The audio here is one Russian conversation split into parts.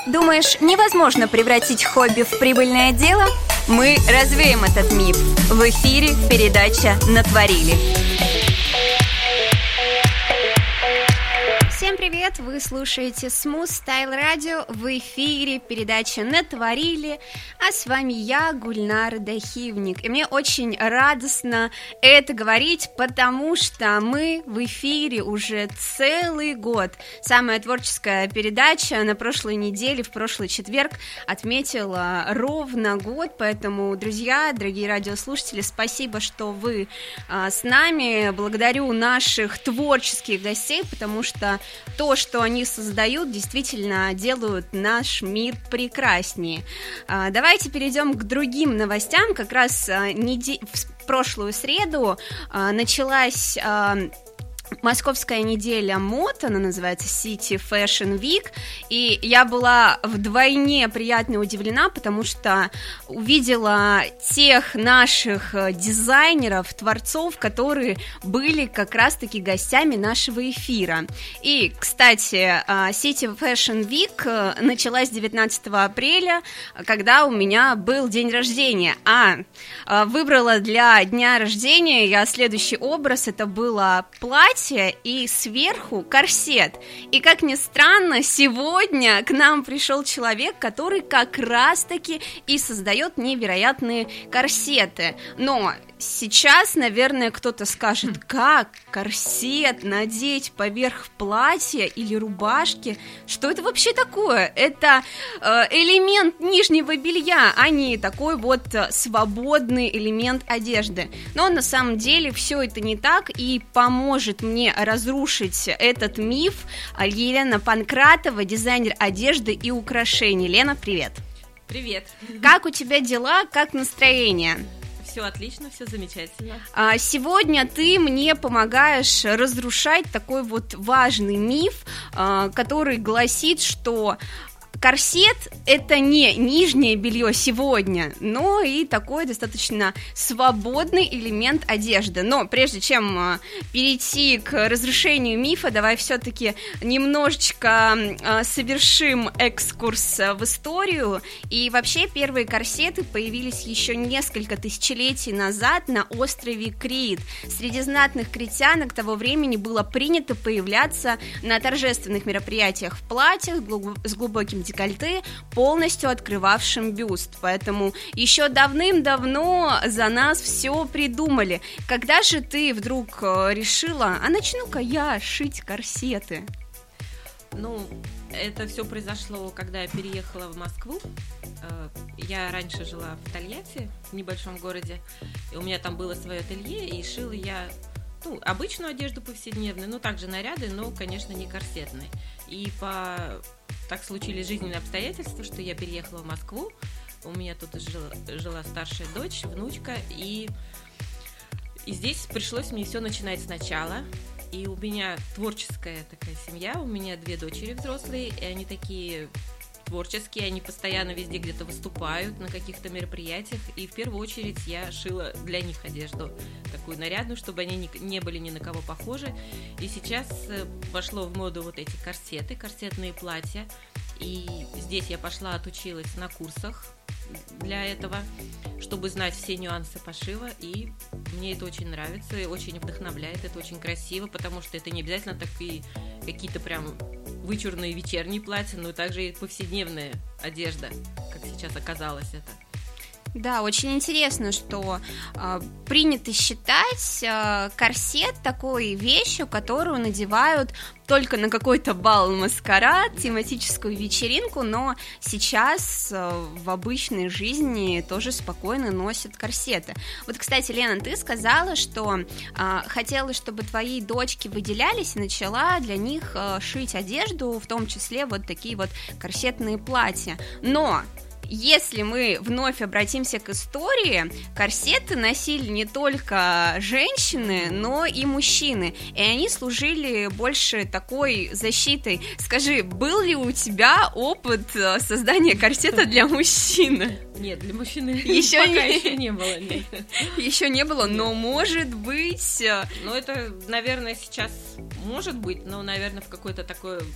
Думаешь, невозможно превратить хобби в прибыльное дело? Мы развеем этот миф. В эфире передача «Натворили». Всем привет! Вы слушаете Smooth Style Radio, в эфире передача «Натворили», а с вами я, Гульнара Дахивник. И мне очень радостно это говорить, потому что мы в эфире уже целый год. Самая творческая передача на прошлой неделе, в прошлый четверг, отметила ровно год, поэтому, друзья, дорогие радиослушатели, спасибо, что вы с нами. Благодарю наших творческих гостей, потому что то, что они создают, действительно делают наш мир прекраснее. Давайте перейдем к другим новостям. Как раз в прошлую среду началась Московская неделя мод, она называется City Fashion Week, и я была вдвойне приятно удивлена, потому что увидела тех наших дизайнеров, творцов, которые были как раз-таки гостями нашего эфира. И, кстати, City Fashion Week началась 19 апреля, когда у меня был день рождения, выбрала для дня рождения я следующий образ, это было платье, и сверху корсет. И, как ни странно, сегодня к нам пришел человек, который как раз-таки и создает невероятные корсеты. Но сейчас, наверное, кто-то скажет, как корсет надеть поверх платья или рубашки? Что это вообще такое? Это элемент нижнего белья, а не такой вот свободный элемент одежды. Но на самом деле все это не так, и поможет мне разрушить этот миф Елена Панкратова, дизайнер одежды и украшений. Лена, привет! Привет! Как у тебя дела, как настроение? Все отлично, все замечательно. Сегодня ты мне помогаешь разрушать такой вот важный миф, который гласит, что корсет – это не нижнее белье сегодня, но и такой достаточно свободный элемент одежды. Но прежде чем перейти к разрушению мифа, давай все-таки немножечко совершим экскурс в историю. И вообще первые корсеты появились еще несколько тысячелетий назад на острове Крит. Среди знатных критянок того времени было принято появляться на торжественных мероприятиях в платьях с глубоким декольте, полностью открывавшим бюст. Поэтому еще давным-давно за нас все придумали. Когда же ты вдруг решила, начну-ка я шить корсеты? Это все произошло, когда я переехала в Москву. Я раньше жила в Тольятти, в небольшом городе, и у меня там было свое ателье, и шила я обычную одежду повседневную, также наряды, но, конечно, не корсетные. И так случились жизненные обстоятельства, что я переехала в Москву, у меня тут жила старшая дочь, внучка, и здесь пришлось мне все начинать сначала. И у меня творческая такая семья, у меня 2 дочери взрослые, и они такие творческие, они постоянно везде где-то выступают на каких-то мероприятиях, и в первую очередь я шила для них одежду такую нарядную, чтобы они не были ни на кого похожи. И сейчас вошло в моду вот эти корсеты, корсетные платья, и здесь я отучилась на курсах для этого, чтобы знать все нюансы пошива, и мне это очень нравится, и очень вдохновляет, это очень красиво, потому что это не обязательно такие какие-то прям вычурные вечерние платья, но также и повседневная одежда, как сейчас оказалось это. Да, очень интересно, что принято считать корсет такой вещью, которую надевают только на какой-то бал, маскарад, тематическую вечеринку, но сейчас в обычной жизни тоже спокойно носят корсеты. Вот, кстати, Лена, ты сказала, что хотела, чтобы твои дочки выделялись, и начала для них шить одежду, в том числе вот такие вот корсетные платья. Но если мы вновь обратимся к истории, корсеты носили не только женщины, но и мужчины, и они служили больше такой защитой. Скажи, был ли у тебя опыт создания корсета для мужчины? Нет, для мужчины еще не было. Еще не было, но может быть... Это, наверное, сейчас может быть, но, наверное, в какой-то такой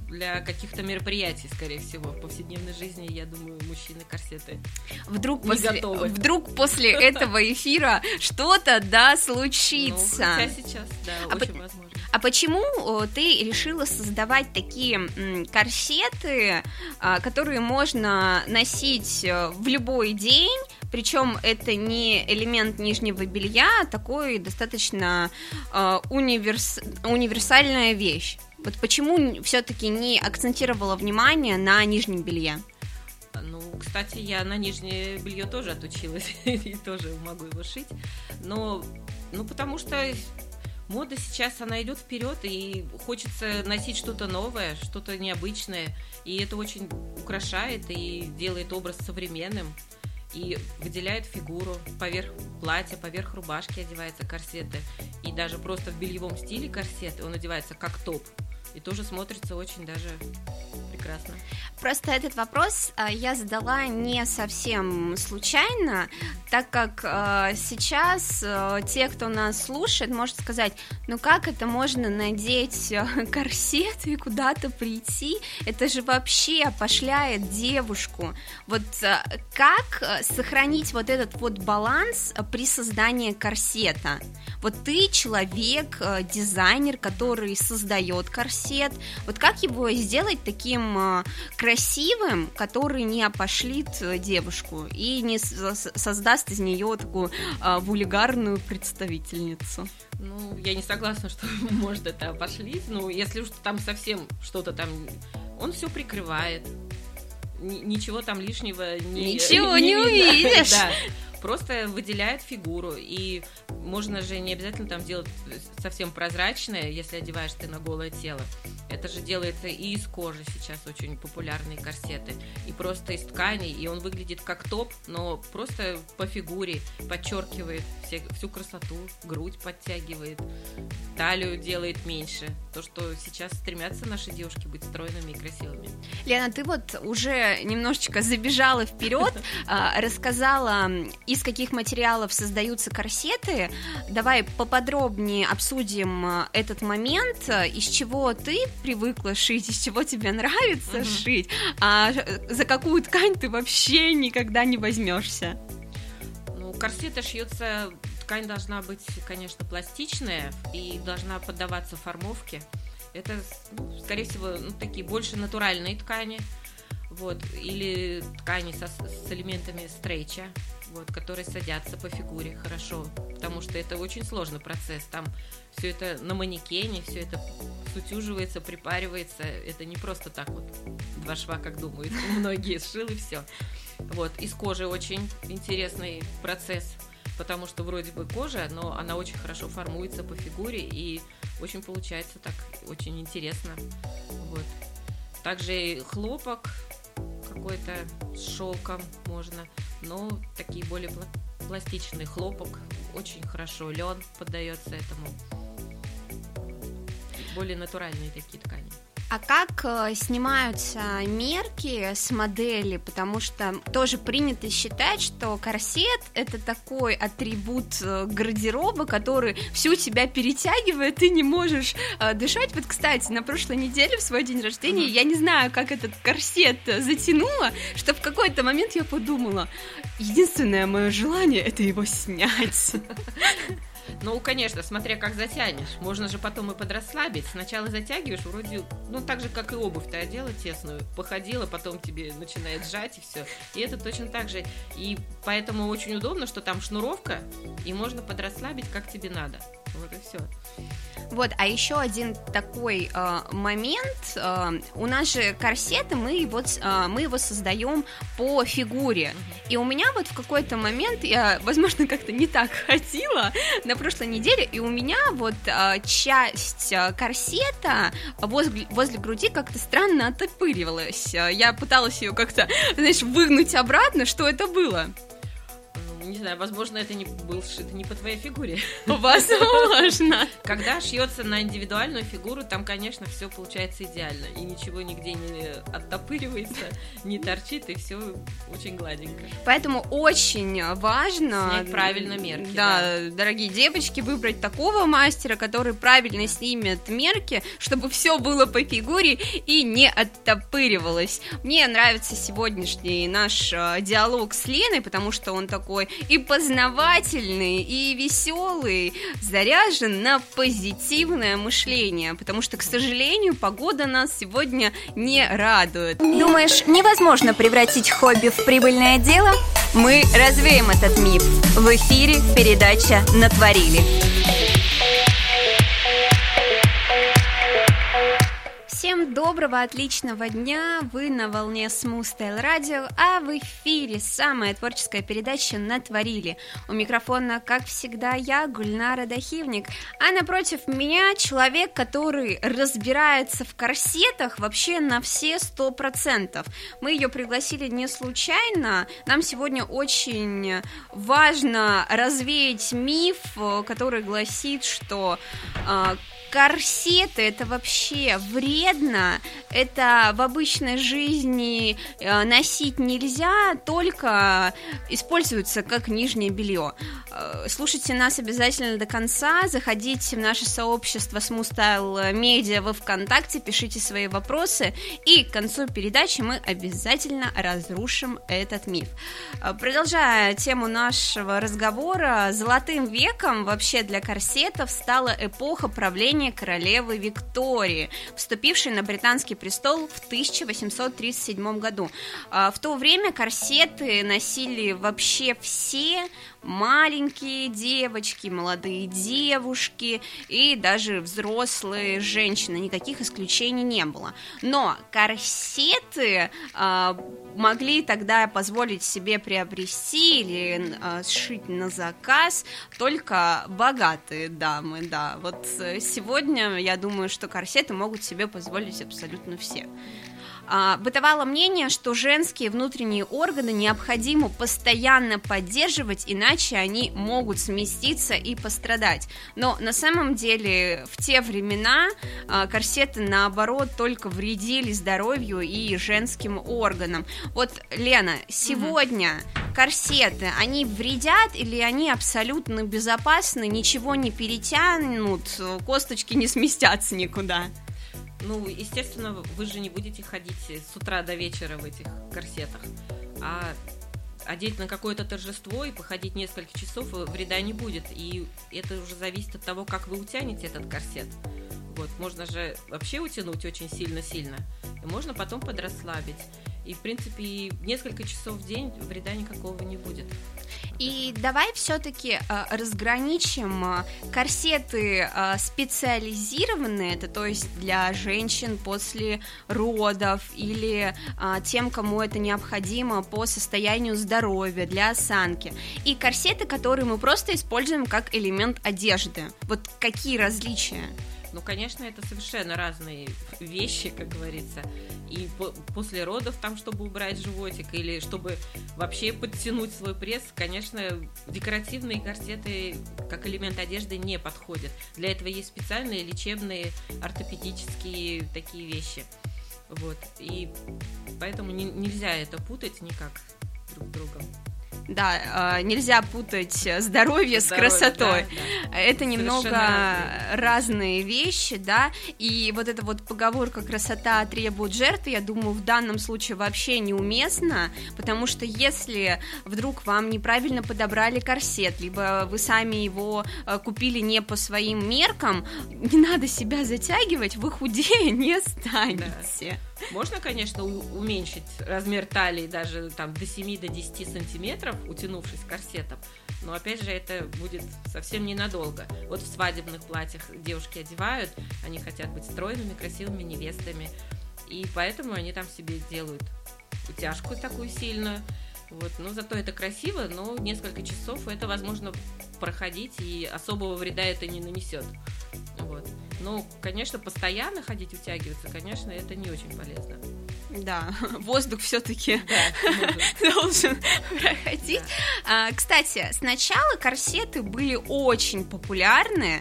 для каких-то мероприятий, скорее всего. В повседневной жизни, я думаю, мужчины корсеты вдруг не готовы. Вдруг после этого эфира что-то, да, случится. Ну, хотя сейчас, да, очень возможно. А почему ты решила создавать такие корсеты, которые можно носить в любой день? Причем это не элемент нижнего белья, а такой достаточно универсальная вещь. Вот почему все-таки не акцентировала внимание на нижнем белье? Ну, кстати, я на нижнее белье тоже отучилась и тоже могу его шить. Но, потому что мода сейчас, она идет вперед, и хочется носить что-то новое, что-то необычное, и это очень украшает и делает образ современным. И выделяет фигуру, поверх платья, поверх рубашки одеваются корсеты. И даже просто в бельевом стиле корсет, он одевается как топ. И тоже смотрится очень даже прекрасно. Просто этот вопрос я задала не совсем случайно, так как сейчас те, кто нас слушает, может сказать, ну как это можно надеть корсет и куда-то прийти? Это же вообще опошляет девушку. Вот как сохранить вот этот вот баланс при создании корсета? Вот ты человек, дизайнер, который создает корсет. Вот как его сделать таким красивым, который не опошлит девушку и не создаст из нее такую вульгарную представительницу? Ну, я не согласна, что может это опошлить. Ну, если уж там совсем что-то там, он все прикрывает. Ничего там лишнего ничего не увидишь. Да. Просто выделяет фигуру, и можно же не обязательно там делать совсем прозрачное, если одеваешь ты на голое тело. Это же делается и из кожи сейчас очень популярные корсеты, и просто из тканей, и он выглядит как топ, но просто по фигуре подчеркивает всю красоту, грудь подтягивает, талию делает меньше. То, что сейчас стремятся наши девушки быть стройными и красивыми. Лена, ты вот уже немножечко забежала вперед, рассказала, из каких материалов создаются корсеты. Давай поподробнее обсудим этот момент, из чего ты привыкла шить, из чего тебе нравится шить, а за какую ткань ты вообще никогда не возьмешься. Ну, корсеты шьется, ткань должна быть, конечно, пластичная и должна поддаваться формовке. Это, скорее всего, такие больше натуральные ткани, вот, или ткани с элементами стрейча, вот, которые садятся по фигуре хорошо, потому что это очень сложный процесс. Там все это на манекене, все это сутюживается, припаривается. Это не просто так вот 2 шва, как думают многие, сшил и все. Вот, из кожи очень интересный процесс, потому что вроде бы кожа, но она очень хорошо формуется по фигуре и очень получается так, очень интересно. Вот. Также хлопок какой-то с шелком можно, но такие более пластичный хлопок, очень хорошо лен поддается этому, более натуральные такие ткани. А как снимаются мерки с модели? Потому что тоже принято считать, что корсет – это такой атрибут гардероба, который всю тебя перетягивает, ты не можешь дышать. Вот, кстати, на прошлой неделе, в свой день рождения, я не знаю, как этот корсет затянула, что в какой-то момент я подумала, единственное мое желание – это его снять. Ну, конечно, смотря как затянешь. Можно же потом и подрасслабить. Сначала затягиваешь, вроде, так же, как и обувь. Ты одела тесную, походила, потом тебе начинает сжать, и все. И это точно так же. И поэтому очень удобно, что там шнуровка, и можно подрасслабить, как тебе надо. Вот и все. Вот, а еще один такой момент. У нас же корсеты, мы его создаем по фигуре. И у меня вот в какой-то момент, я, возможно, как-то не так ходила на прошлой неделе, и у меня вот часть корсета возле груди как-то странно оттопыривалась. Я пыталась ее как-то, знаешь, выгнуть обратно. Что это было? не знаю, возможно, это не был сшит не по твоей фигуре. Возможно. Когда шьется на индивидуальную фигуру, там, конечно, все получается идеально. И ничего нигде не оттопыривается, не торчит, и все очень гладенько. Поэтому очень важно снять правильно мерки. Да, дорогие девочки, выбрать такого мастера, который правильно снимет мерки, чтобы все было по фигуре и не оттопыривалось. Мне нравится сегодняшний наш диалог с Леной, потому что он такой и познавательный, и веселый, заряжен на позитивное мышление, потому что, к сожалению, погода нас сегодня не радует. Думаешь, невозможно превратить хобби в прибыльное дело? Мы развеем этот миф. В эфире передача «Натворили». Всем доброго, отличного дня! Вы на волне Smooth Style Radio, а в эфире самая творческая передача «Натворили». У микрофона, как всегда, я, Гульнара Дахивник, а напротив меня человек, который разбирается в корсетах вообще на все 100%. Мы ее пригласили не случайно, нам сегодня очень важно развеять миф, который гласит, что корсеты это вообще вредно, это в обычной жизни носить нельзя, только используется как нижнее белье. Слушайте нас обязательно до конца, заходите в наше сообщество Smooth Style Media во ВКонтакте, пишите свои вопросы, и к концу передачи мы обязательно разрушим этот миф. Продолжая тему нашего разговора, золотым веком вообще для корсетов стала эпоха правления королевы Виктории, вступившей на британский престол в 1837 году. В то время корсеты носили вообще все маленькие девочки, молодые девушки и даже взрослые женщины, никаких исключений не было. Но корсеты могли тогда позволить себе приобрести или сшить на заказ только богатые дамы, да. Вот сегодня я думаю, что корсеты могут себе позволить абсолютно все. Бытовало мнение, что женские внутренние органы необходимо постоянно поддерживать, иначе они могут сместиться и пострадать. Но на самом деле в те времена корсеты, наоборот, только вредили здоровью и женским органам. Вот, Лена, сегодня корсеты, они вредят или они абсолютно безопасны, ничего не перетянут, косточки не сместятся никуда? Ну, естественно, вы же не будете ходить с утра до вечера в этих корсетах, а одеть на какое-то торжество и походить несколько часов вреда не будет, и это уже зависит от того, как вы утянете этот корсет. Вот, можно же вообще утянуть очень сильно-сильно, и можно потом подрасслабить. И, в принципе, несколько часов в день вреда никакого не будет. И давай все-таки разграничим корсеты специализированные, это то есть для женщин после родов или тем, кому это необходимо по состоянию здоровья, для осанки, и корсеты, которые мы просто используем как элемент одежды. Вот какие различия? Ну, конечно, это совершенно разные вещи, как говорится. И после родов, там, чтобы убрать животик или чтобы вообще подтянуть свой пресс, конечно, декоративные корсеты как элемент одежды не подходят. Для этого есть специальные лечебные, ортопедические такие вещи. Вот. И поэтому нельзя это путать никак друг с другом. Да, нельзя путать здоровье с красотой. Да. Это немного разные вещи, да, и вот эта вот поговорка «красота требует жертвы», я думаю, в данном случае вообще неуместна, потому что если вдруг вам неправильно подобрали корсет, либо вы сами его купили не по своим меркам, не надо себя затягивать, вы худее не станете. Да. Можно, конечно, уменьшить размер талии даже там до 7-10 сантиметров, утянувшись корсетом, но опять же это будет совсем ненадолго. Вот в свадебных платьях девушки одевают, они хотят быть стройными, красивыми невестами, и поэтому они там себе делают утяжку такую сильную. Вот, но зато это красиво, но несколько часов это возможно проходить, и особого вреда это не нанесет. Вот. Но, конечно, постоянно ходить утягиваться, конечно, это не очень полезно. Да, воздух все-таки должен проходить. Кстати, сначала корсеты были очень популярны,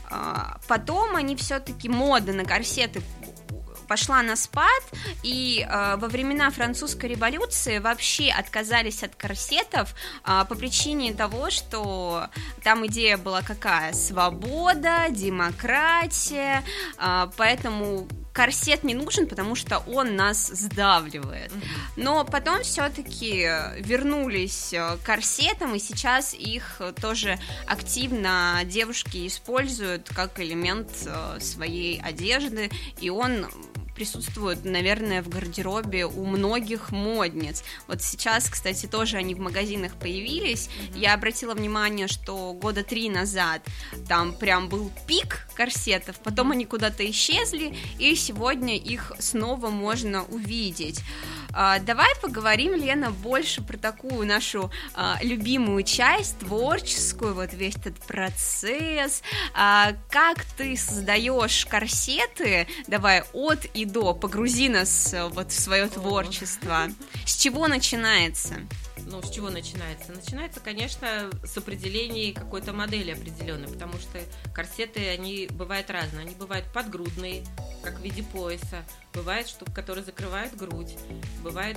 потом они все-таки, мода на корсеты пошла на спад, и во времена французской революции вообще отказались от корсетов по причине того, что там идея была какая? Свобода, демократия, поэтому корсет не нужен, потому что он нас сдавливает. Но потом все-таки вернулись к корсетам, и сейчас их тоже активно девушки используют как элемент своей одежды, и он присутствуют, наверное, в гардеробе у многих модниц. Вот сейчас, кстати, тоже они в магазинах появились. Я обратила внимание, что 3 года назад там прям был пик корсетов, потом они куда-то исчезли, и сегодня их снова можно увидеть. Давай поговорим, Лена, больше про такую нашу любимую часть, творческую, вот весь этот процесс. Как ты создаешь корсеты? Давай от и до, погрузи нас вот в свое творчество. С чего начинается? Ну, с чего начинается? Начинается, конечно, с определения какой-то модели определенной, потому что корсеты, они бывают разные. Они бывают подгрудные, как в виде пояса, бывают штуки, которые закрывают грудь, бывают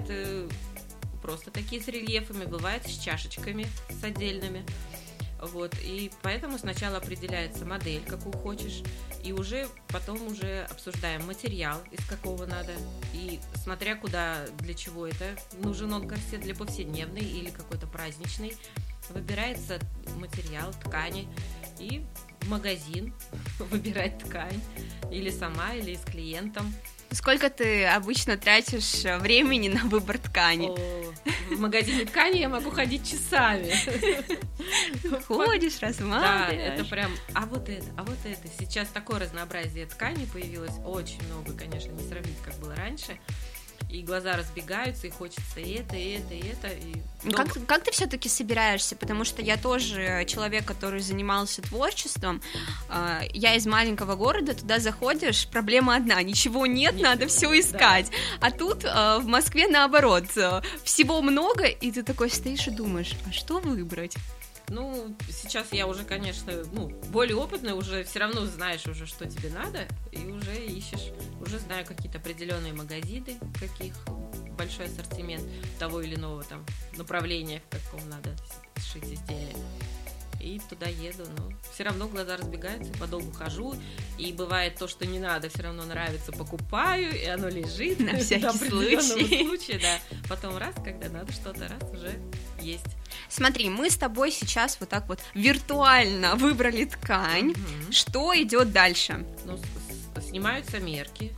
просто такие с рельефами, бывают с чашечками, с отдельными. Вот, и поэтому сначала определяется модель, какую хочешь, и уже потом уже обсуждаем материал, из какого надо, и смотря куда, для чего это нужен он корсет, для повседневный или какой-то праздничный, выбирается материал, ткани, и в магазин выбирать ткань, или сама, или с клиентом. Сколько ты обычно тратишь времени на выбор ткани? В магазине ткани я могу ходить часами. Ходишь, рассматриваешь. Да, это прям, а вот это. Сейчас такое разнообразие ткани появилось, очень много, конечно, не сравнить, как было раньше. И глаза разбегаются, и хочется и это. Как ты все-таки собираешься? Потому что я тоже человек, который занимался творчеством. Я из маленького города, туда заходишь, проблема одна, ничего нет, надо все искать. Да. А тут в Москве наоборот, всего много, и ты такой стоишь и думаешь, а что выбрать? Ну, сейчас я уже, конечно, более опытная, уже все равно знаешь уже, что тебе надо, и уже ищешь, уже знаю какие-то определенные магазины, каких большой ассортимент того или иного там направления, в каком надо сшить изделие. И туда еду, но все равно глаза разбегаются, подолгу хожу, и бывает то, что не надо, все равно нравится, покупаю, и оно лежит на всякий случай, да. Потом раз, когда надо что-то, раз уже есть. Смотри, мы с тобой сейчас вот так вот виртуально выбрали ткань. Что идет дальше? Ну, снимаются мерки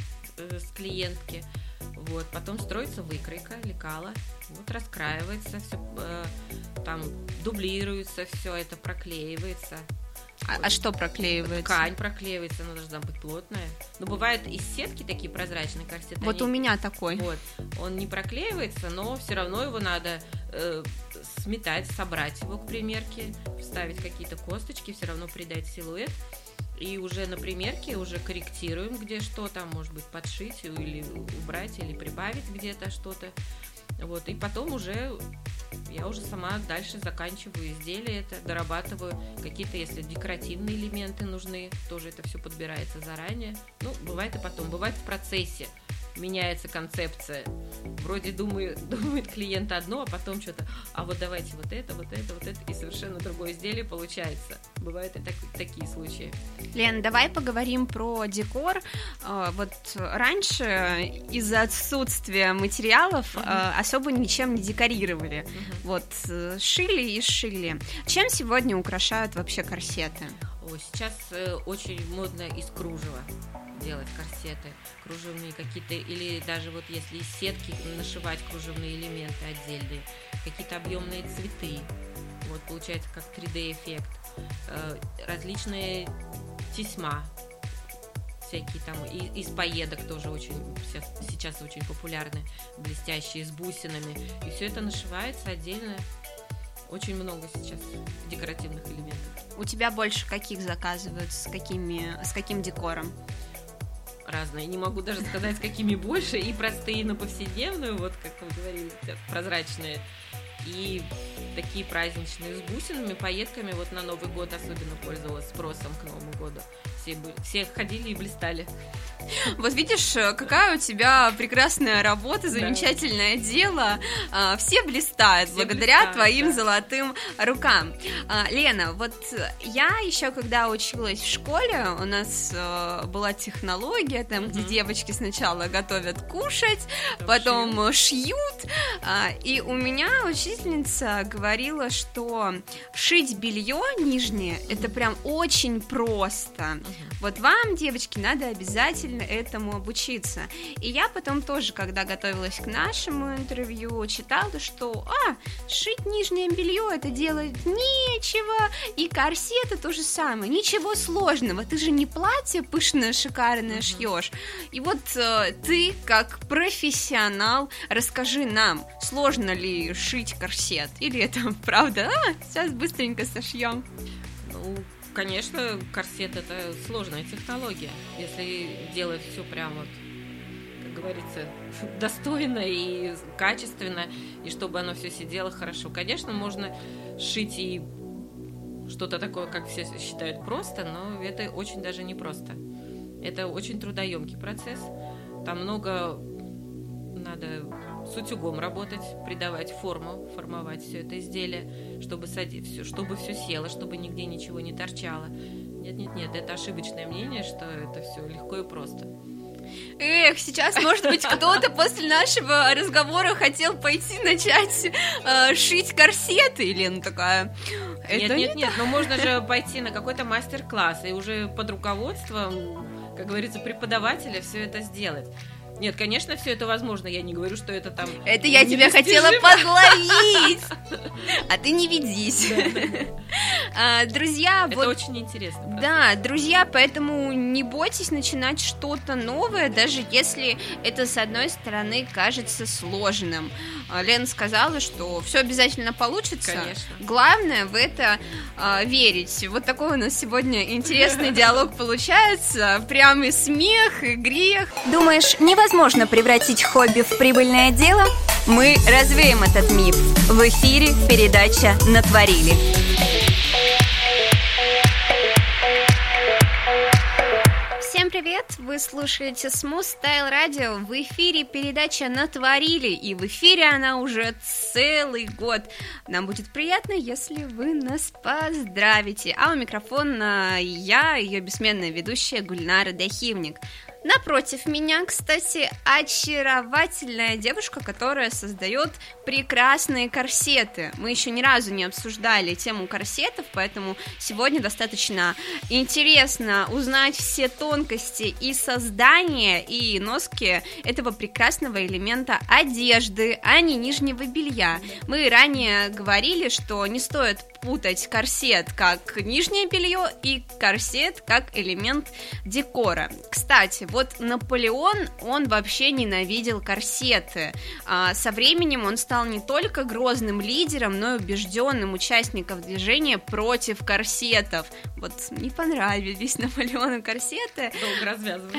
с клиентки. Вот, потом строится выкройка, лекала, вот раскраивается все, там дублируется все это, проклеивается. А что проклеивается? Ткань проклеивается, она должна быть плотная. Но бывают из сетки такие прозрачные корсеты. Вот у меня такой. Вот, он не проклеивается, но все равно его надо сметать, собрать его к примерке, вставить какие-то косточки, все равно придать силуэт. И уже на примерке уже корректируем, где что там, может быть, подшить или убрать, или прибавить где-то что-то. Вот, и потом уже я уже сама дальше заканчиваю изделие это, дорабатываю какие-то, если декоративные элементы нужны, тоже это все подбирается заранее. Ну, бывает и потом, бывает в процессе. Меняется концепция. Вроде думает клиент одно, а потом что-то, а вот давайте вот это, и совершенно другое изделие получается. Бывают и такие случаи. Лен, давай поговорим про декор. Вот раньше из-за отсутствия материалов особо ничем не декорировали. Вот шили и шили. Чем сегодня украшают вообще корсеты? Сейчас очень модно из кружева делать корсеты, кружевные какие-то, или даже вот если из сетки нашивать кружевные элементы отдельные, какие-то объемные цветы, вот получается как 3D-эффект, различные тесьма, всякие там, из пайеток тоже очень, сейчас очень популярны, блестящие, с бусинами, и все это нашивается отдельно, очень много сейчас декоративных элементов. У тебя больше каких заказывают, с каким декором? разные. Не могу даже сказать, какими больше. И простые на повседневную, вот как вы говорили, прозрачные. И такие праздничные с бусинами, пайетками. Вот на Новый год особенно пользовалась спросом к Новому году. Все ходили и блистали. Вот видишь, какая у тебя прекрасная работа, замечательное дело. Все блистают благодаря твоим золотым рукам. Лена, вот я еще когда училась в школе, у нас была технология, там, где девочки сначала готовят кушать, потом шьют. И у меня учительница говорила, что шить белье нижнее это прям очень просто. Вот вам, девочки, надо обязательно этому обучиться. И я потом тоже, когда готовилась к нашему интервью, читала, что шить нижнее белье это делать нечего, и корсеты то же самое, ничего сложного, ты же не платье пышное, шикарное шьешь. И вот ты, как профессионал, расскажи нам, сложно ли шить корсет, или это правда? Сейчас быстренько сошьем. Ну, конечно, корсет это сложная технология. Если делать все прям вот, как говорится, достойно и качественно, и чтобы оно все сидело хорошо. Конечно, можно шить и что-то такое, как все считают, просто, но это очень даже не просто. Это очень трудоемкий процесс. Там много надо с утюгом работать, придавать форму, формовать все это изделие, чтобы все село, чтобы нигде ничего не торчало. Нет, это ошибочное мнение, что это все легко и просто. Эх, сейчас, может быть, кто-то после нашего разговора хотел пойти начать шить корсеты, и Лена такая... Нет, но можно же пойти на какой-то мастер-класс и уже под руководством, как говорится, преподавателя все это сделать. Нет, конечно, все это возможно. Я не говорю, что это там... Это я тебя хотела подловить! А ты не ведись. Друзья, это очень интересно. Да, друзья, поэтому не бойтесь начинать что-то новое, даже если это, с одной стороны, кажется сложным. Лена сказала, что все обязательно получится. Конечно. Главное в это верить. Вот такой у нас сегодня интересный диалог получается. Прям и смех, и грех. Думаешь, невозможно превратить хобби в прибыльное дело? Мы развеем этот миф. В эфире передача «Натворили». Всем привет! Вы слушаете Smooth Style Radio. В эфире передача «Натворили», и в эфире она уже целый год. Нам будет приятно, если вы нас поздравите. А у микрофона я, ее бессменная ведущая Гульнара Дахивник. Напротив меня, кстати, очаровательная девушка, которая создает прекрасные корсеты. Мы еще ни разу не обсуждали тему корсетов, поэтому сегодня достаточно интересно узнать все тонкости и создания, и носки этого прекрасного элемента одежды, а не нижнего белья. Мы ранее говорили, что не стоит путать корсет как нижнее белье и корсет как элемент декора. Кстати, вот Наполеон, он вообще ненавидел корсеты. Со временем он стал не только грозным лидером, но и убежденным участником движения против корсетов. Вот не понравились Наполеону корсеты. Долго развязывать.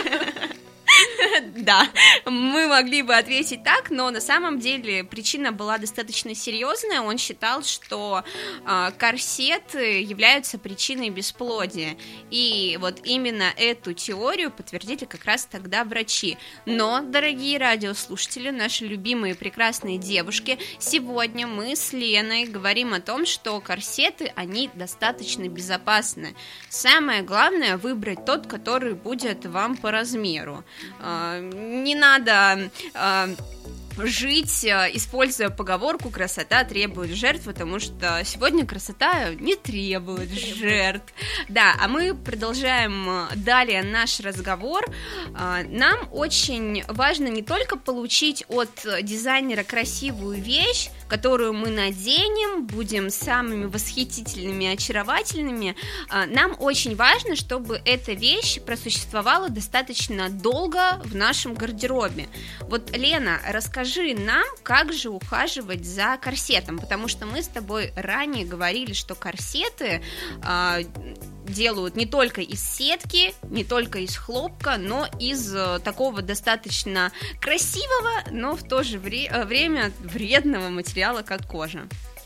Да, мы могли бы ответить так, но на самом деле причина была достаточно серьезная. Он считал, что корсеты являются причиной бесплодия. И вот именно эту теорию подтвердили как раз тогда врачи. Но, дорогие радиослушатели, наши любимые прекрасные девушки, сегодня мы с Леной говорим о том, что корсеты, они достаточно безопасны. Самое главное выбрать тот, который будет вам по размеру. Не надо жить, используя поговорку «красота требует жертв», потому что сегодня красота не требует жертв. Да, а мы продолжаем далее наш разговор. Нам очень важно не только получить от дизайнера красивую вещь, которую мы наденем, будем самыми восхитительными, очаровательными. Нам очень важно, чтобы эта вещь просуществовала достаточно долго в нашем гардеробе. Вот, Лена, расскажи нам, как же ухаживать за корсетом, потому что мы с тобой ранее говорили, что корсеты делают не только из сетки, не только из хлопка, но из такого достаточно красивого, но в то же время вредного материала, как кожа.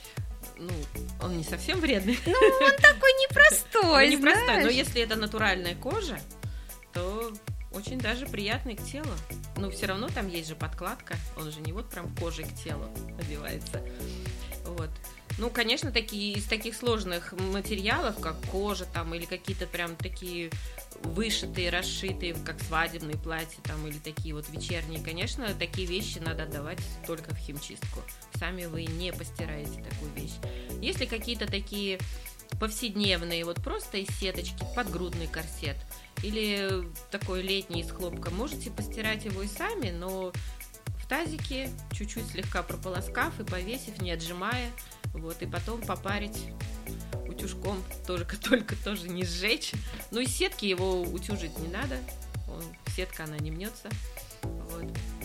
Ну, он не совсем вредный. Ну, он такой непростой, непростой, но если это натуральная кожа, то очень даже приятный к телу. Но все равно там есть же подкладка, он же не вот прям кожей к телу одевается. Вот. Ну, конечно, из таких сложных материалов, как кожа там, или какие-то прям такие вышитые, расшитые, как свадебные платья там, или такие вот вечерние, конечно, такие вещи надо отдавать только в химчистку. Сами вы не постираете такую вещь. Если какие-то такие повседневные, вот просто из сеточки, подгрудный корсет, или такой летний из хлопка, можете постирать его и сами, но в тазике, чуть-чуть слегка прополоскав и повесив, не отжимая, вот, и потом попарить утюжком, только тоже не сжечь. Ну, из сетки его утюжить не надо, сетка, она не мнется, вот.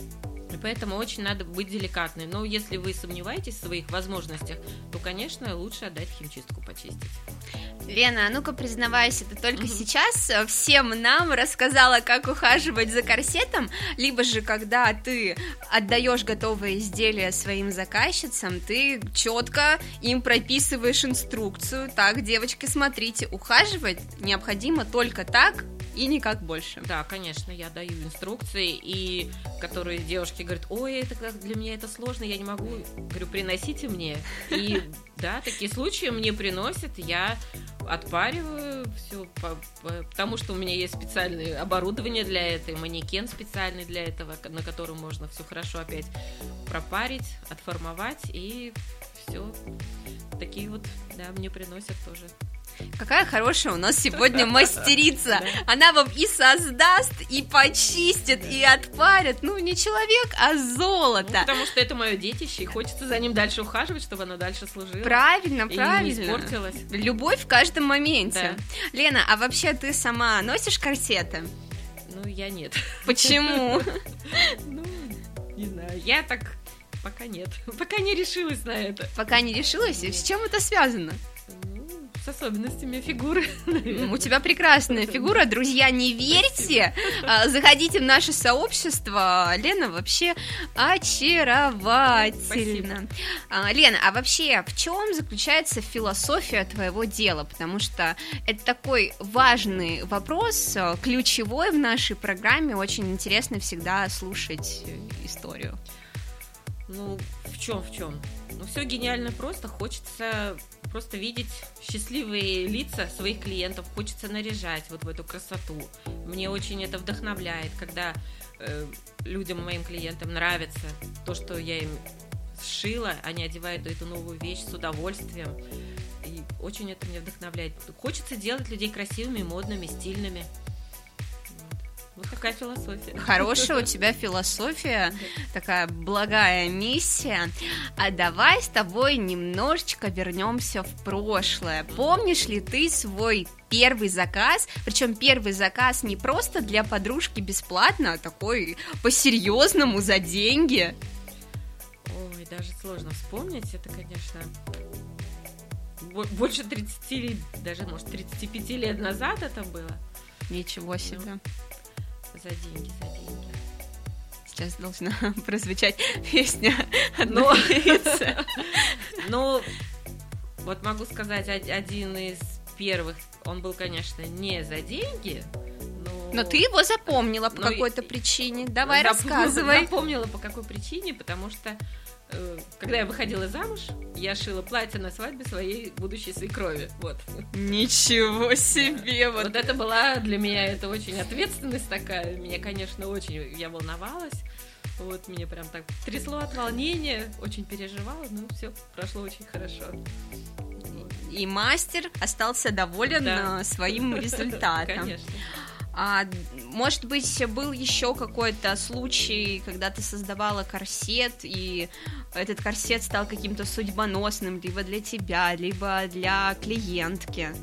И поэтому очень надо быть деликатной. Но если вы сомневаетесь в своих возможностях, то, конечно, лучше отдать в химчистку почистить. Лена, а ну-ка признавайся, ты только сейчас всем нам рассказала, как ухаживать за корсетом, либо же, когда ты отдаешь готовые изделия своим заказчицам, ты четко им прописываешь инструкцию. Так, девочки, смотрите, ухаживать необходимо только так и никак больше. Да, конечно, я даю инструкции, и которые девушки говорят: ой, это для меня это сложно, я не могу. Говорю, приносите мне. И да, такие случаи мне приносят, я отпариваю все, потому что у меня есть специальное оборудование для этого, манекен специальный для этого, на котором можно все хорошо опять пропарить, отформовать, и все. Такие вот, да, мне приносят тоже. Какая хорошая у нас сегодня мастерица. Она вам и создаст, и почистит, и отпарит. Ну, не человек, а золото. Ну, потому что это мое детище, и хочется за ним дальше ухаживать, чтобы оно дальше служило. Правильно, и правильно. не испортилось. Любовь в каждом моменте. Да. Лена, а вообще ты сама носишь корсеты? Ну, я нет. Почему? Ну, не знаю. Я так пока нет. Пока не решилась на это. Пока не решилась? С чем это связано? С особенностями фигуры. У тебя прекрасная фигура, друзья, не верьте, заходите в наше сообщество, Лена вообще очаровательна. Лена, а вообще в чем заключается философия твоего дела? Потому что это такой важный вопрос, ключевой в нашей программе, очень интересно всегда слушать историю. Ну, в чем? Ну, все гениально просто, хочется просто видеть счастливые лица своих клиентов, хочется наряжать вот в эту красоту. Мне очень это вдохновляет, когда людям, моим клиентам нравится то, что я им сшила, они одевают эту новую вещь с удовольствием, и очень это меня вдохновляет. Хочется делать людей красивыми, модными, стильными. Вот такая философия. Хорошая у тебя философия, такая благая миссия. А давай с тобой немножечко вернемся в прошлое. Помнишь ли ты свой первый заказ? Причем первый заказ не просто для подружки бесплатно, а такой по-серьезному, за деньги. Ой, даже сложно вспомнить. Это, конечно, больше 30, даже, может, 35 лет назад это было. Ничего себе. За деньги. Сейчас должна прозвучать песня. Ну, вот могу сказать, один из первых, он был, конечно, не за деньги, но ты его запомнила по какой-то причине. Давай, рассказывай. Запомнила по какой причине, потому что когда я выходила замуж, я шила платье на свадьбе своей будущей свекрови. Вот. Ничего себе! Вот это была для меня, это очень ответственность такая. Меня, конечно, очень, я волновалась. Вот, меня прям так трясло от волнения, очень переживала, но все прошло очень хорошо. И мастер остался доволен своим результатом. Конечно. А может быть, был еще какой-то случай, когда ты создавала корсет, и этот корсет стал каким-то судьбоносным либо для тебя, либо для клиентки?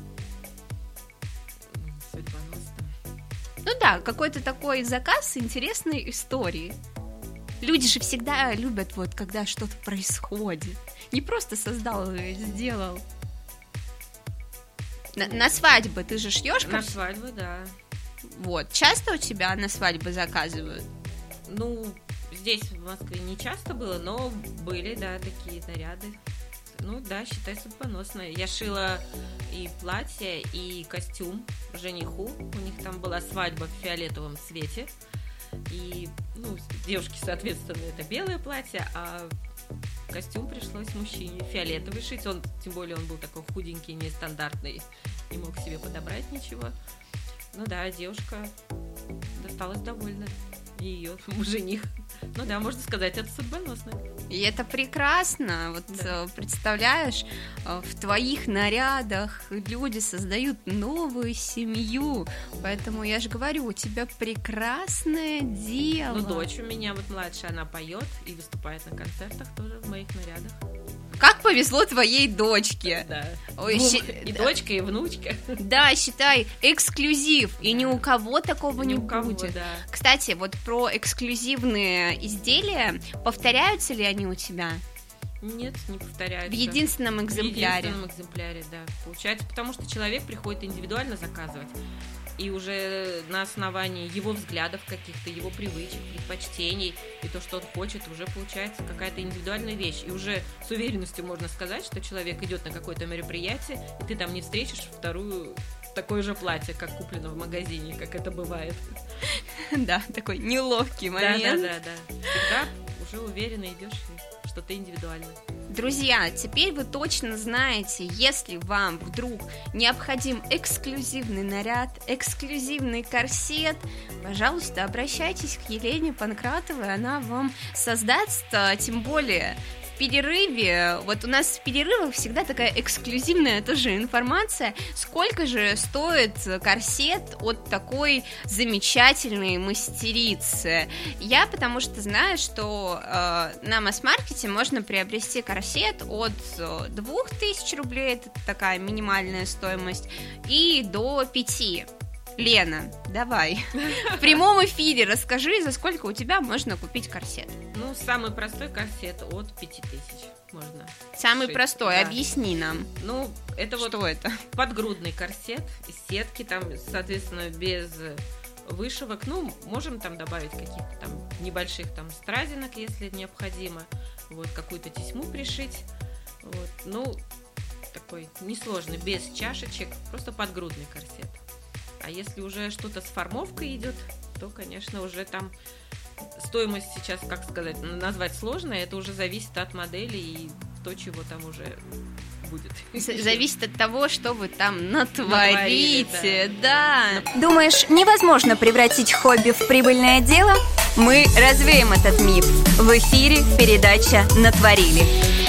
Судьбоносным. Ну да, какой-то такой заказ с интересной историей. Люди же всегда любят, вот, когда что-то происходит. Не просто создал и сделал. На свадьбы ты же шьешь? На свадьбы, да. Вот. Часто у тебя на свадьбы заказывают? Ну, здесь, в Москве, не часто было, но были, да, такие наряды. Ну, да, считай, судьбоносные. Я шила и платье, и костюм жениху. У них там была свадьба в фиолетовом цвете. И, ну, девушке, соответственно, это белое платье, а костюм пришлось мужчине фиолетовый шить. Он, тем более, он был такой худенький, нестандартный, не мог себе подобрать ничего. Ну да, девушка досталась довольна. И ее жених. Ну да, можно сказать, это судьбоносно. И это прекрасно. Вот да. Представляешь, в твоих нарядах люди создают новую семью. Поэтому я же говорю, у тебя прекрасное дело. Ну, дочь у меня вот младшая, она поет и выступает на концертах тоже в моих нарядах. Как повезло твоей дочке. Да. Ой, и дочка, и внучка. Да, считай, эксклюзив. И ни у кого такого не будет. Да. Кстати, вот про эксклюзивные изделия, повторяются ли они у тебя? Нет, не повторяются. В единственном экземпляре? В единственном экземпляре, да. Получается, потому что человек приходит индивидуально заказывать. И уже на основании его взглядов каких-то, его привычек, предпочтений, и то, что он хочет, уже получается какая-то индивидуальная вещь. И уже с уверенностью можно сказать, что человек идет на какое-то мероприятие, и ты там не встретишь вторую такое же платье, как куплено в магазине, как это бывает. Да, такой неловкий момент. Да. Всегда уже уверенно идешь, что ты индивидуально. Друзья, теперь вы точно знаете, если вам вдруг необходим эксклюзивный наряд, эксклюзивный корсет, пожалуйста, обращайтесь к Елене Панкратовой, она вам создаст, тем более в перерыве, вот у нас в перерывах всегда такая эксклюзивная тоже информация, сколько же стоит корсет от такой замечательной мастерицы. Я потому что знаю, что на масс-маркете можно приобрести корсет от 2000 рублей, это такая минимальная стоимость, и до 5. Лена, давай, в прямом эфире расскажи, за сколько у тебя можно купить корсет. Ну, самый простой корсет от 5000 можно. Самый шить. простой, Да. Объясни нам. Ну, это что вот это? Подгрудный корсет из сетки, там, соответственно, без вышивок. Ну, можем там добавить каких-то там небольших там стразинок, если необходимо. Вот, какую-то тесьму пришить. Вот, ну, такой несложный, без чашечек, просто подгрудный корсет. А если уже что-то с формовкой идет, то, конечно, уже там стоимость сейчас, как сказать, назвать сложно, это уже зависит от модели и то, чего там уже будет. Зависит от того, что вы там натворите, да. Думаешь, невозможно превратить хобби в прибыльное дело? Мы развеем этот миф. В эфире передача «Натворили».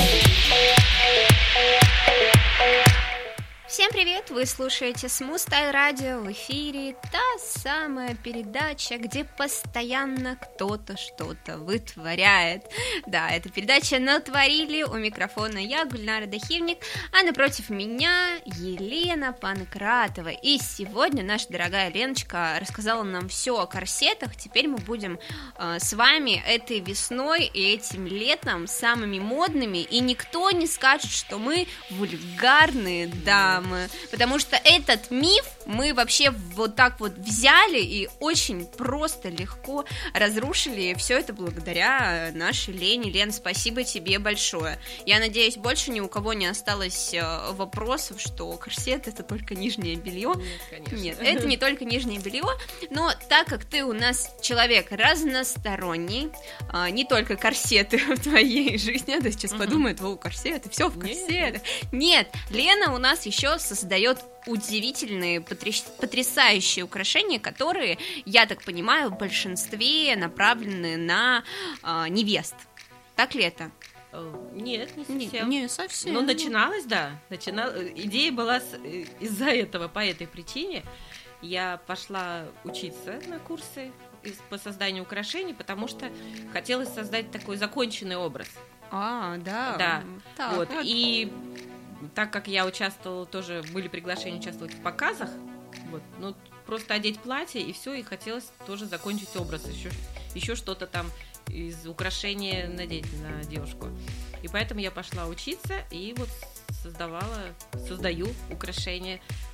Всем привет! Вы слушаете Smooth Style Radio, в эфире та самая передача, где постоянно кто-то что-то вытворяет. Да, это передача «Натворили», у микрофона я, Гульнара Дахивник, а напротив меня Елена Панкратова. И сегодня наша дорогая Леночка рассказала нам все о корсетах. Теперь мы будем с вами этой весной и этим летом самыми модными, и никто не скажет, что мы вульгарные дамы. Потому что этот миф мы вообще вот так вот взяли и очень просто, легко разрушили. Все это благодаря нашей Лене. Лен, спасибо тебе большое. Я надеюсь, больше ни у кого не осталось вопросов, что корсет — это только нижнее белье. Нет, конечно. Нет, это не только нижнее белье. Но так как ты у нас человек разносторонний, не только корсеты в твоей жизни, а ты сейчас подумает, корсеты, все в корсетах. Нет, Лена у нас еще создает удивительные, потрясающие украшения, которые, я так понимаю, в большинстве направлены на невест. Так ли это? Нет, не совсем. Не совсем. Ну, начиналось, да. Идея была из-за этого, по этой причине. Я пошла учиться на курсы по созданию украшений, потому что хотелось создать такой законченный образ. Да. Да. Так, вот. И так как я участвовала, тоже были приглашения участвовать в показах, вот, ну, просто одеть платье и все, и хотелось тоже закончить образ, еще что-то там из украшения надеть на девушку. И поэтому я пошла учиться и вот создаю украшения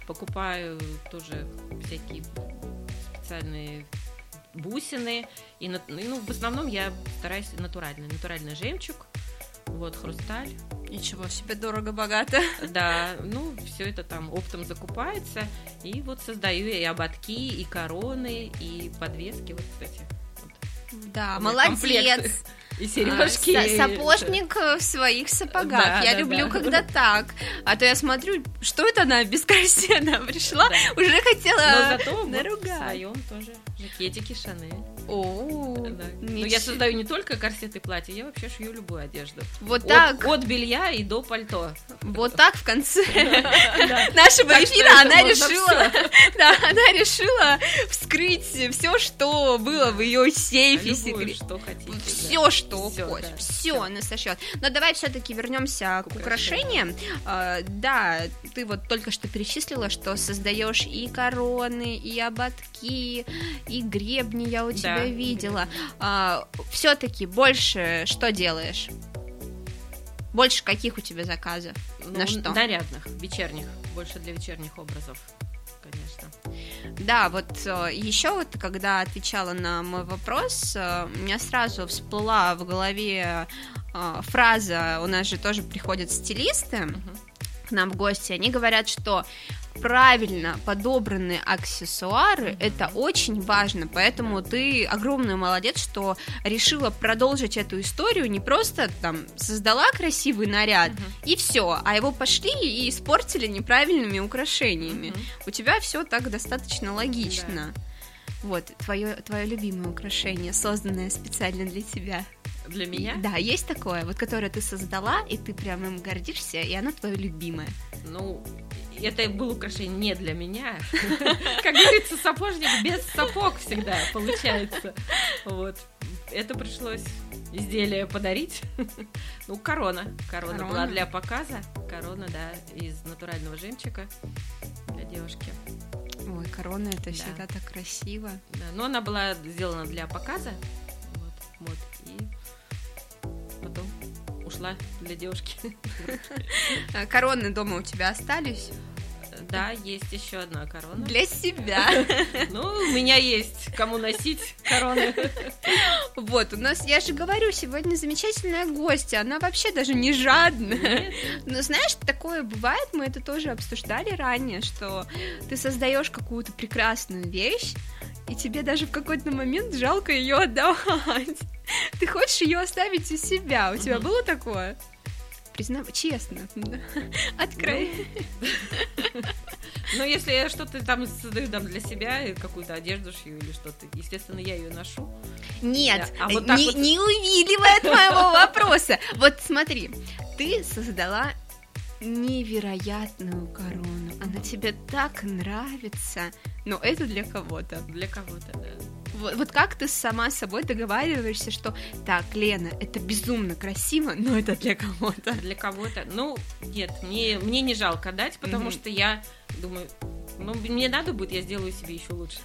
покупаю тоже всякие специальные бусины. И, в основном я стараюсь натуральный жемчуг, вот, хрусталь. Ничего себе, дорого-богато. Да, все это там оптом закупается. И вот создаю и ободки, и короны, и подвески, вот, кстати. Вот. Да, молодец. И сережки. Сапожник в своих сапогах. Я люблю, когда так. А то я смотрю, что это она без корсета пришла, уже хотела наругать. В своем тоже жакетики Шанель. Я создаю не только корсеты и платья, я вообще шью любую одежду. Вот так. От белья и до пальто. Вот так в конце нашего эфира она решила вскрыть все, что было в ее сейфе. Что хотите. Все, что хочешь. Все, она сошьет. Но давай все-таки вернемся к украшениям. Да, ты вот только что перечислила, что создаешь и короны, и ободки, и гребни, я у тебя видела. Все-таки больше что делаешь? Больше каких у тебя заказов? На что? Нарядных, вечерних. Больше для вечерних образов, конечно. Да, вот еще вот, когда отвечала на мой вопрос, у меня сразу всплыла в голове фраза, у нас же тоже приходят стилисты к нам в гости, они говорят, что правильно подобранные аксессуары это очень важно, поэтому ты огромный молодец, что решила продолжить эту историю, не просто там создала красивый наряд и все, а его пошли и испортили неправильными украшениями. У тебя все так достаточно логично. Вот, твое любимое украшение, созданное специально для тебя. Для меня? Да, есть такое, вот которое ты создала, и ты прям им гордишься, и оно твое любимое. Это было украшение не для меня. Как говорится, сапожник без сапог всегда получается. Вот. Это пришлось изделие подарить. Корона. Корона была для показа. Корона, да, из натурального жемчуга для девушки. Ой, корона, это всегда так красиво. Да, но она была сделана для показа. Вот. И потом ушла для девушки. Короны дома у тебя остались? Да, есть еще одна корона. Для себя. У меня есть кому носить короны. Вот, у нас, я же говорю, сегодня замечательная гостья, она вообще даже не жадная. Но знаешь, такое бывает, мы это тоже обсуждали ранее, что ты создаешь какую-то прекрасную вещь, и тебе даже в какой-то момент жалко ее отдавать. Ты хочешь ее оставить у себя. У тебя было такое? Признавай, честно. Открой. Если я что-то там создаю для себя, какую-то одежду шью или что-то, естественно, я ее ношу. Нет, не увиливай от моего вопроса. Вот смотри, ты создала невероятную корону. Она тебе так нравится, но это для кого-то. Для кого-то, да. Вот как ты сама с собой договариваешься, что так, Лена, это безумно красиво, но это для кого-то. Для кого-то. Нет, мне не жалко дать, потому что я думаю, мне надо будет, я сделаю себе еще лучше.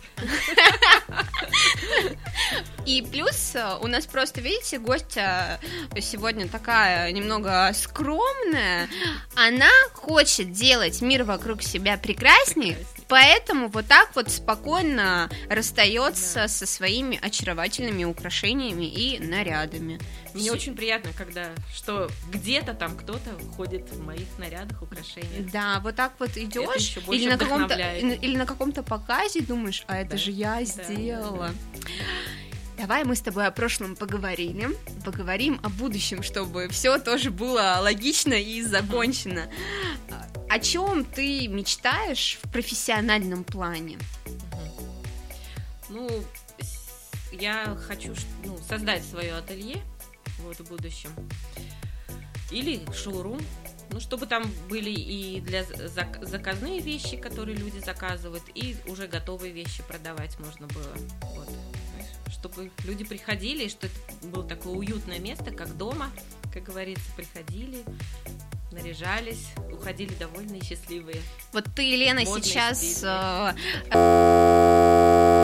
И плюс у нас просто, видите, гостья сегодня такая немного скромная. Она хочет делать мир вокруг себя прекрасней, поэтому вот так вот спокойно расстается со своими очаровательными украшениями и нарядами. Мне очень приятно, что где-то там кто-то ходит в моих нарядах, украшениях. Да, вот так вот идешь или на каком-то показе думаешь, а это же я сделала. Давай мы с тобой о прошлом поговорим о будущем, чтобы все тоже было логично и закончено. О чем ты мечтаешь в профессиональном плане? Я хочу создать свое ателье в будущем. Или шоурум. Чтобы там были и для заказные вещи, которые люди заказывают, и уже готовые вещи продавать можно было. Вот. Чтобы люди приходили, и что это было такое уютное место, как дома, как говорится, приходили, наряжались, уходили довольные и счастливые. Вот ты, Елена, модные, сейчас